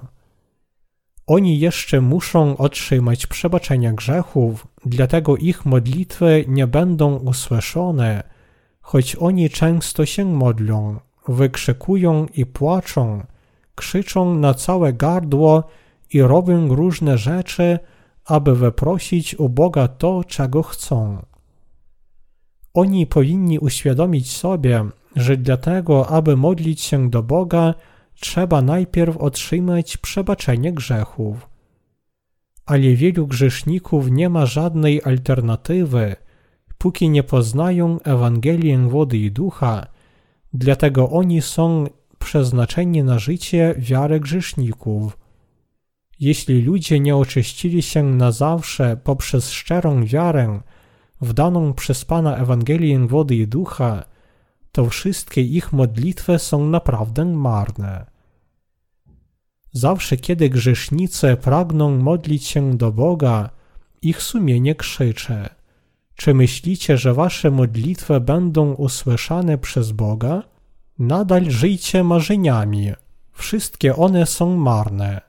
Speaker 1: Oni jeszcze muszą otrzymać przebaczenia grzechów, dlatego ich modlitwy nie będą usłyszone, choć oni często się modlą, wykrzykują i płaczą, krzyczą na całe gardło i robią różne rzeczy, aby wyprosić u Boga to, czego chcą. Oni powinni uświadomić sobie, że dlatego, aby modlić się do Boga, trzeba najpierw otrzymać przebaczenie grzechów. Ale wielu grzeszników nie ma żadnej alternatywy, póki nie poznają Ewangelię wody i ducha, dlatego oni są przeznaczeni na życie wiary grzeszników. Jeśli ludzie nie oczyścili się na zawsze poprzez szczerą wiarę w daną przez Pana Ewangelię wody i ducha, to wszystkie ich modlitwy są naprawdę marne. Zawsze kiedy grzesznicy pragną modlić się do Boga, ich sumienie krzyczy: czy myślicie, że wasze modlitwy będą usłyszane przez Boga? Nadal żyjcie marzeniami. Wszystkie one są marne.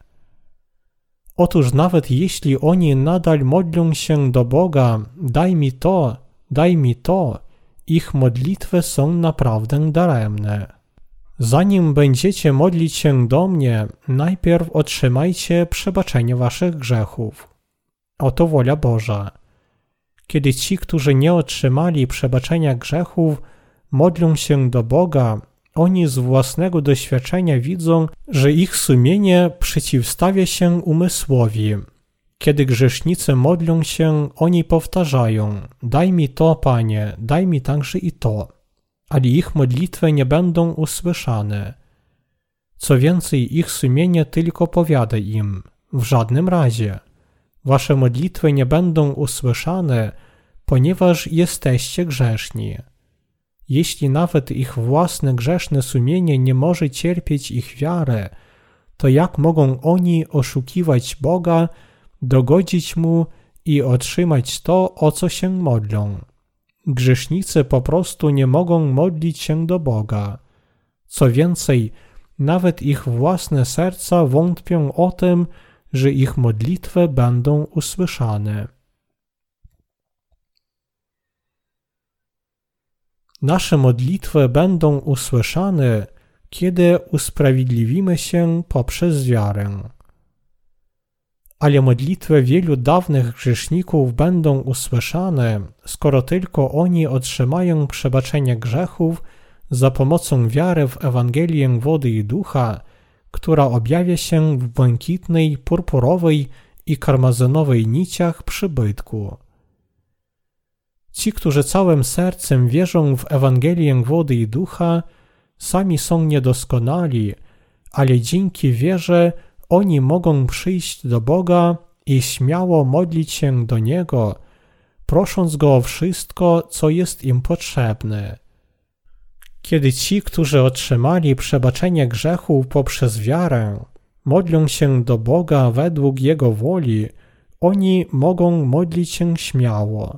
Speaker 1: Otóż nawet jeśli oni nadal modlą się do Boga, daj mi to, daj mi to, ich modlitwy są naprawdę daremne. Zanim będziecie modlić się do mnie, najpierw otrzymajcie przebaczenie waszych grzechów. Oto wola Boża. Kiedy ci, którzy nie otrzymali przebaczenia grzechów, modlą się do Boga, oni z własnego doświadczenia widzą, że ich sumienie przeciwstawia się umysłowi. Kiedy grzesznicy modlą się, oni powtarzają: daj mi to, Panie, daj mi także i to. Ale ich modlitwy nie będą usłyszane. Co więcej, ich sumienie tylko powiada im: w żadnym razie. Wasze modlitwy nie będą usłyszane, ponieważ jesteście grzeszni. Jeśli nawet ich własne grzeszne sumienie nie może cierpieć ich wiary, to jak mogą oni oszukiwać Boga, dogodzić Mu i otrzymać to, o co się modlą? Grzesznicy po prostu nie mogą modlić się do Boga. Co więcej, nawet ich własne serca wątpią o tym, że ich modlitwy będą usłyszane. Nasze modlitwy będą usłyszane, kiedy usprawiedliwimy się poprzez wiarę. Ale modlitwy wielu dawnych grzeszników będą usłyszane, skoro tylko oni otrzymają przebaczenie grzechów za pomocą wiary w Ewangelię wody i ducha, która objawia się w błękitnej, purpurowej i karmazynowej niciach przybytku. Ci, którzy całym sercem wierzą w Ewangelię wody i ducha, sami są niedoskonali, ale dzięki wierze oni mogą przyjść do Boga i śmiało modlić się do Niego, prosząc Go o wszystko, co jest im potrzebne. Kiedy ci, którzy otrzymali przebaczenie grzechów poprzez wiarę, modlą się do Boga według Jego woli, oni mogą modlić się śmiało.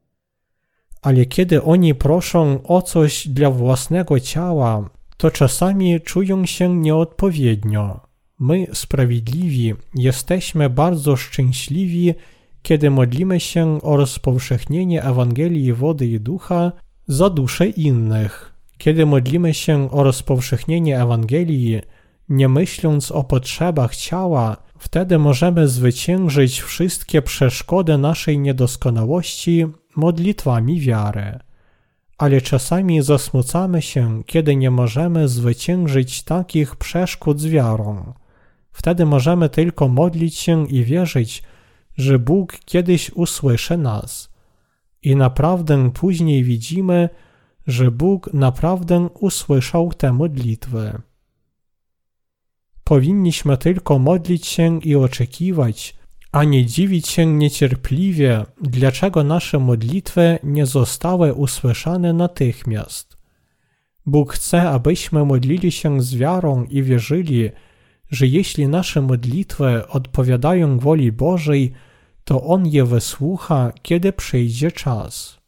Speaker 1: Ale kiedy oni proszą o coś dla własnego ciała, to czasami czują się nieodpowiednio. My, sprawiedliwi, jesteśmy bardzo szczęśliwi, kiedy modlimy się o rozpowszechnienie Ewangelii wody i ducha za dusze innych. Kiedy modlimy się o rozpowszechnienie Ewangelii, nie myśląc o potrzebach ciała, wtedy możemy zwyciężyć wszystkie przeszkody naszej niedoskonałości modlitwami wiary. Ale czasami zasmucamy się, kiedy nie możemy zwyciężyć takich przeszkód z wiarą. Wtedy możemy tylko modlić się i wierzyć, że Bóg kiedyś usłyszy nas. I naprawdę później widzimy, że Bóg naprawdę usłyszał te modlitwy. Powinniśmy tylko modlić się i oczekiwać, a nie dziwić się niecierpliwie, dlaczego nasze modlitwy nie zostały usłyszane natychmiast. Bóg chce, abyśmy modlili się z wiarą i wierzyli, że jeśli nasze modlitwy odpowiadają woli Bożej, to On je wysłucha, kiedy przyjdzie czas.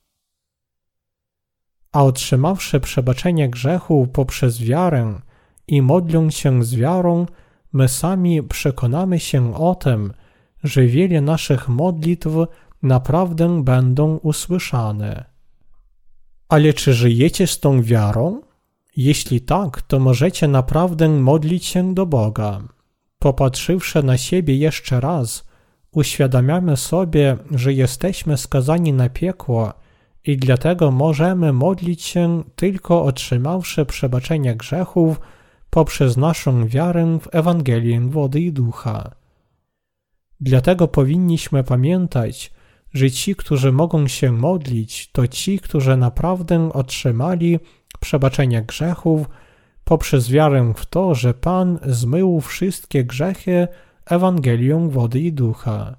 Speaker 1: A otrzymawszy przebaczenie grzechu poprzez wiarę i modląc się z wiarą, my sami przekonamy się o tym, że wiele naszych modlitw naprawdę będą usłyszane. Ale czy żyjecie z tą wiarą? Jeśli tak, to możecie naprawdę modlić się do Boga. Popatrzywszy na siebie jeszcze raz, uświadamiamy sobie, że jesteśmy skazani na piekło i dlatego możemy modlić się tylko otrzymawszy przebaczenie grzechów poprzez naszą wiarę w Ewangelię wody i ducha. Dlatego powinniśmy pamiętać, że ci, którzy mogą się modlić, to ci, którzy naprawdę otrzymali przebaczenie grzechów poprzez wiarę w to, że Pan zmył wszystkie grzechy Ewangelią wody i ducha.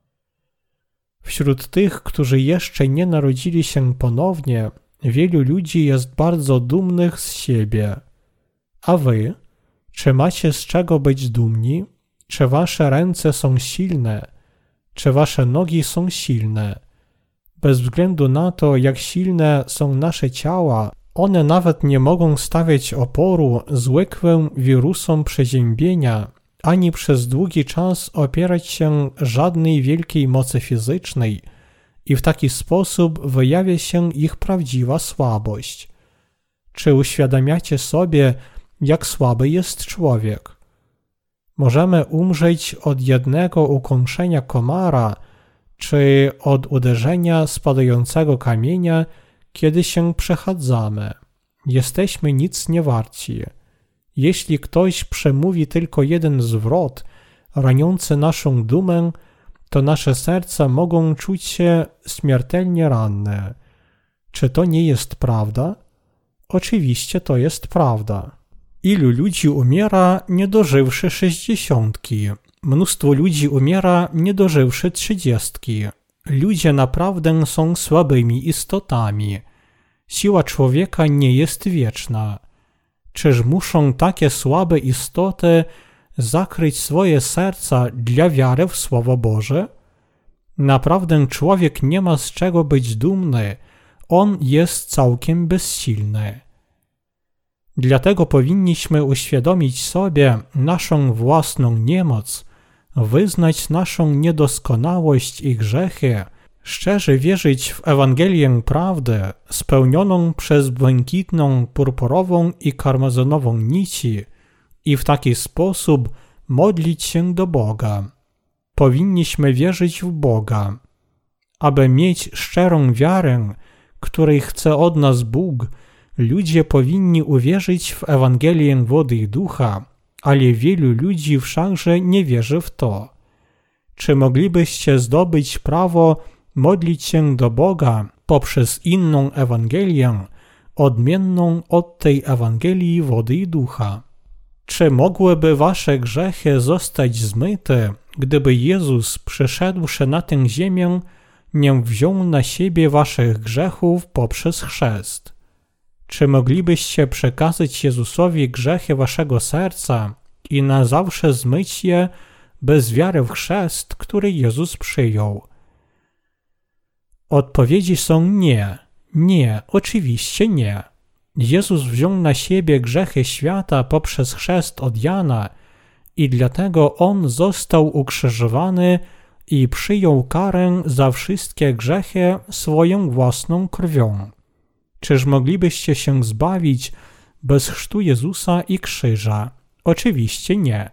Speaker 1: Wśród tych, którzy jeszcze nie narodzili się ponownie, wielu ludzi jest bardzo dumnych z siebie. A wy? Czy macie z czego być dumni? Czy wasze ręce są silne? Czy wasze nogi są silne? Bez względu na to, jak silne są nasze ciała, one nawet nie mogą stawiać oporu zwykłym wirusom przeziębienia, ani przez długi czas opierać się żadnej wielkiej mocy fizycznej i w taki sposób wyjawia się ich prawdziwa słabość. Czy uświadamiacie sobie, jak słaby jest człowiek? Możemy umrzeć od jednego ukąszenia komara, czy od uderzenia spadającego kamienia, kiedy się przechadzamy. Jesteśmy nic nie warci. Jeśli ktoś przemówi tylko jeden zwrot, raniący naszą dumę, to nasze serca mogą czuć się śmiertelnie ranne. Czy to nie jest prawda? Oczywiście to jest prawda. Ilu ludzi umiera, nie dożywszy sześćdziesiątki? Mnóstwo ludzi umiera, nie dożywszy trzydziestki. Ludzie naprawdę są słabymi istotami. Siła człowieka nie jest wieczna. Czyż muszą takie słabe istoty zakryć swoje serca dla wiary w Słowo Boże? Naprawdę człowiek nie ma z czego być dumny, on jest całkiem bezsilny. Dlatego powinniśmy uświadomić sobie naszą własną niemoc, wyznać naszą niedoskonałość i grzechy, szczerze wierzyć w Ewangelię prawdy spełnioną przez błękitną, purpurową i karmazynową nici i w taki sposób modlić się do Boga. Powinniśmy wierzyć w Boga. Aby mieć szczerą wiarę, której chce od nas Bóg, ludzie powinni uwierzyć w Ewangelię wody i ducha, ale wielu ludzi wszakże nie wierzy w to. Czy moglibyście zdobyć prawo modlić się do Boga poprzez inną Ewangelię, odmienną od tej Ewangelii wody i ducha? Czy mogłyby wasze grzechy zostać zmyte, gdyby Jezus, przyszedłszy na tę ziemię, nie wziął na siebie waszych grzechów poprzez chrzest? Czy moglibyście przekazać Jezusowi grzechy waszego serca i na zawsze zmyć je bez wiary w chrzest, który Jezus przyjął? Odpowiedzi są nie, nie, oczywiście nie. Jezus wziął na siebie grzechy świata poprzez chrzest od Jana i dlatego On został ukrzyżowany i przyjął karę za wszystkie grzechy swoją własną krwią. Czyż moglibyście się zbawić bez chrztu Jezusa i krzyża? Oczywiście nie.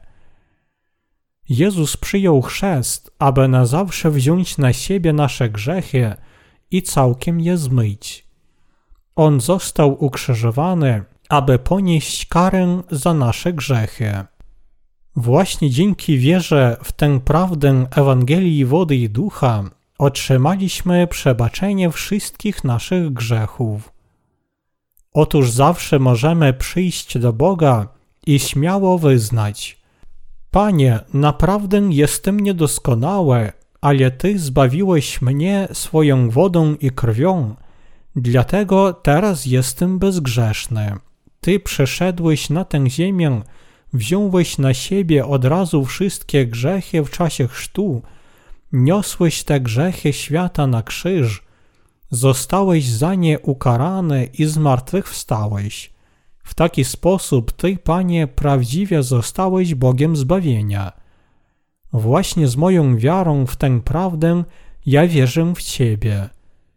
Speaker 1: Jezus przyjął chrzest, aby na zawsze wziąć na siebie nasze grzechy i całkiem je zmyć. On został ukrzyżowany, aby ponieść karę za nasze grzechy. Właśnie dzięki wierze w tę prawdę Ewangelii wody i ducha otrzymaliśmy przebaczenie wszystkich naszych grzechów. Otóż zawsze możemy przyjść do Boga i śmiało wyznać: Panie, naprawdę jestem niedoskonały, ale Ty zbawiłeś mnie swoją wodą i krwią, dlatego teraz jestem bezgrzeszny. Ty przyszedłeś na tę ziemię, wziąłeś na siebie od razu wszystkie grzechy w czasie chrztu, niosłeś te grzechy świata na krzyż, zostałeś za nie ukarany i zmartwychwstałeś. W taki sposób Ty, Panie, prawdziwie zostałeś Bogiem zbawienia. Właśnie z moją wiarą w tę prawdę ja wierzę w Ciebie.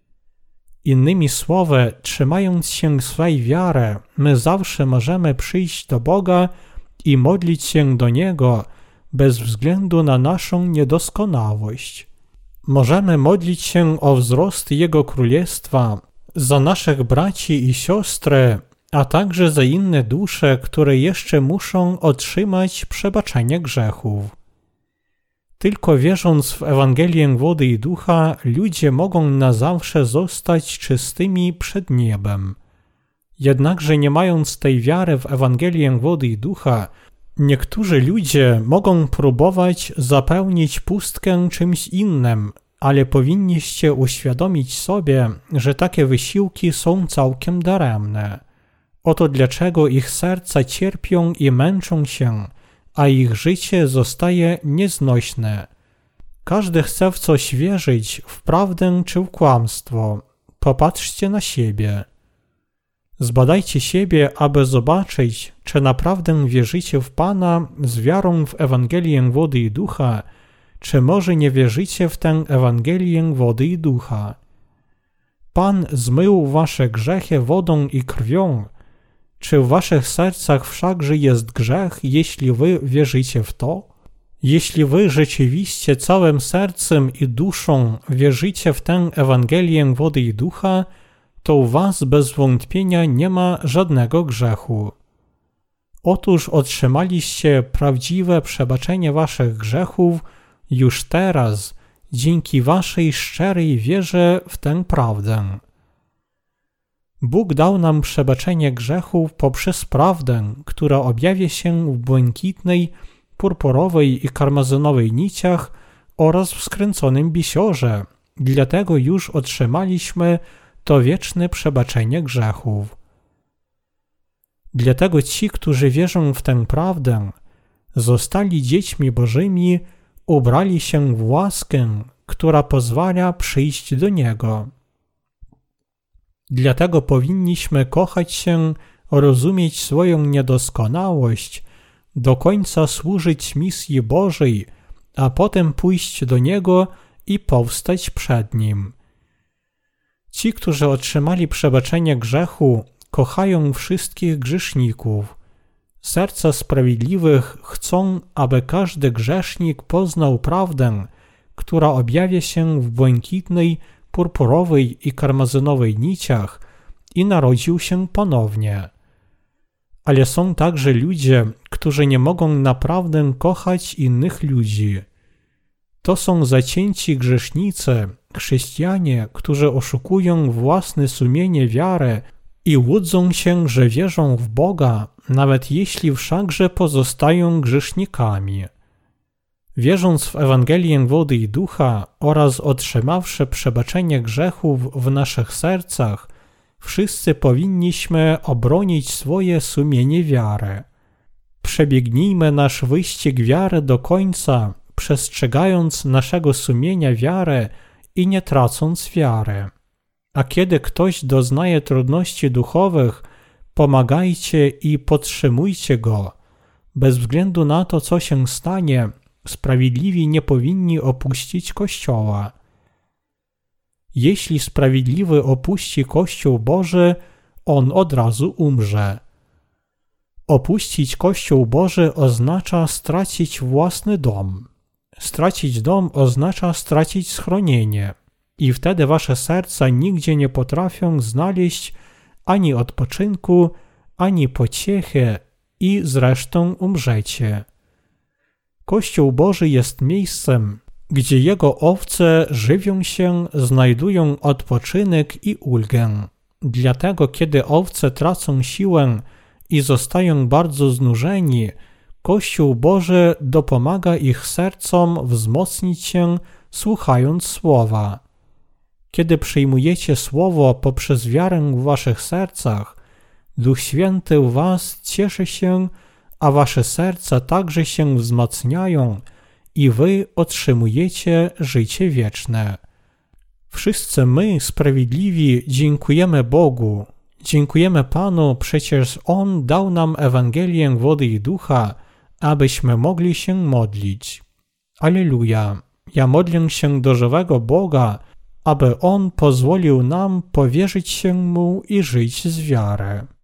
Speaker 1: Innymi słowy, trzymając się swej wiary, my zawsze możemy przyjść do Boga i modlić się do Niego bez względu na naszą niedoskonałość. Możemy modlić się o wzrost Jego Królestwa, za naszych braci i siostry, a także za inne dusze, które jeszcze muszą otrzymać przebaczenie grzechów. Tylko wierząc w Ewangelię wody i ducha, ludzie mogą na zawsze zostać czystymi przed niebem. Jednakże nie mając tej wiary w Ewangelię wody i ducha, niektórzy ludzie mogą próbować zapełnić pustkę czymś innym, ale powinniście uświadomić sobie, że takie wysiłki są całkiem daremne. Oto dlaczego ich serca cierpią i męczą się, a ich życie zostaje nieznośne. Każdy chce w coś wierzyć, w prawdę czy w kłamstwo. Popatrzcie na siebie. Zbadajcie siebie, aby zobaczyć, czy naprawdę wierzycie w Pana z wiarą w Ewangelię wody i ducha, czy może nie wierzycie w tę Ewangelię wody i ducha. Pan zmył wasze grzechy wodą i krwią. Czy w waszych sercach wszakże jest grzech, jeśli wy wierzycie w to? Jeśli wy rzeczywiście całym sercem i duszą wierzycie w tę Ewangelię wody i ducha, to u was bez wątpienia nie ma żadnego grzechu. Otóż otrzymaliście prawdziwe przebaczenie waszych grzechów już teraz, dzięki waszej szczerej wierze w tę prawdę. Bóg dał nam przebaczenie grzechów poprzez prawdę, która objawia się w błękitnej, purpurowej i karmazynowej niciach oraz w skręconym bisiorze. Dlatego już otrzymaliśmy to wieczne przebaczenie grzechów. Dlatego ci, którzy wierzą w tę prawdę, Zostali dziećmi Bożymi, ubrali się w łaskę, która pozwala przyjść do Niego. Dlatego powinniśmy kochać się, rozumieć swoją niedoskonałość, do końca służyć misji Bożej, a potem pójść do Niego i powstać przed Nim. Ci, którzy otrzymali przebaczenie grzechu, kochają wszystkich grzeszników. Serca sprawiedliwych chcą, aby każdy grzesznik poznał prawdę, która objawia się w błękitnej, purpurowej i karmazynowej niciach i narodził się ponownie. Ale są także ludzie, którzy nie mogą naprawdę kochać innych ludzi. To są zacięci grzesznicy, chrześcijanie, którzy oszukują własne sumienie wiary i łudzą się, że wierzą w Boga, nawet jeśli wszakże pozostają grzesznikami. Wierząc w Ewangelię wody i ducha oraz otrzymawszy przebaczenie grzechów w naszych sercach, wszyscy powinniśmy obronić swoje sumienie wiary. Przebiegnijmy nasz wyścig wiary do końca, przestrzegając naszego sumienia wiary i nie tracąc wiary. A kiedy ktoś doznaje trudności duchowych, pomagajcie i podtrzymujcie go. Bez względu na to, co się stanie, sprawiedliwi nie powinni opuścić Kościoła. Jeśli sprawiedliwy opuści Kościół Boży, on od razu umrze. Opuścić Kościół Boży oznacza stracić własny dom. Stracić dom oznacza stracić schronienie. I wtedy wasze serca nigdzie nie potrafią znaleźć ani odpoczynku, ani pociechy i zresztą umrzecie. Kościół Boży jest miejscem, gdzie Jego owce żywią się, znajdują odpoczynek i ulgę. Dlatego, kiedy owce tracą siłę i zostają bardzo znużeni, Kościół Boży dopomaga ich sercom wzmocnić się, słuchając Słowa. Kiedy przyjmujecie Słowo poprzez wiarę w waszych sercach, Duch Święty w was cieszy się, a wasze serca także się wzmacniają i wy otrzymujecie życie wieczne. Wszyscy my, sprawiedliwi, dziękujemy Bogu. Dziękujemy Panu, przecież On dał nam Ewangelię wody i ducha, abyśmy mogli się modlić. Alleluja! Ja modlę się do żywego Boga, aby On pozwolił nam powierzyć się Mu i żyć z wiary.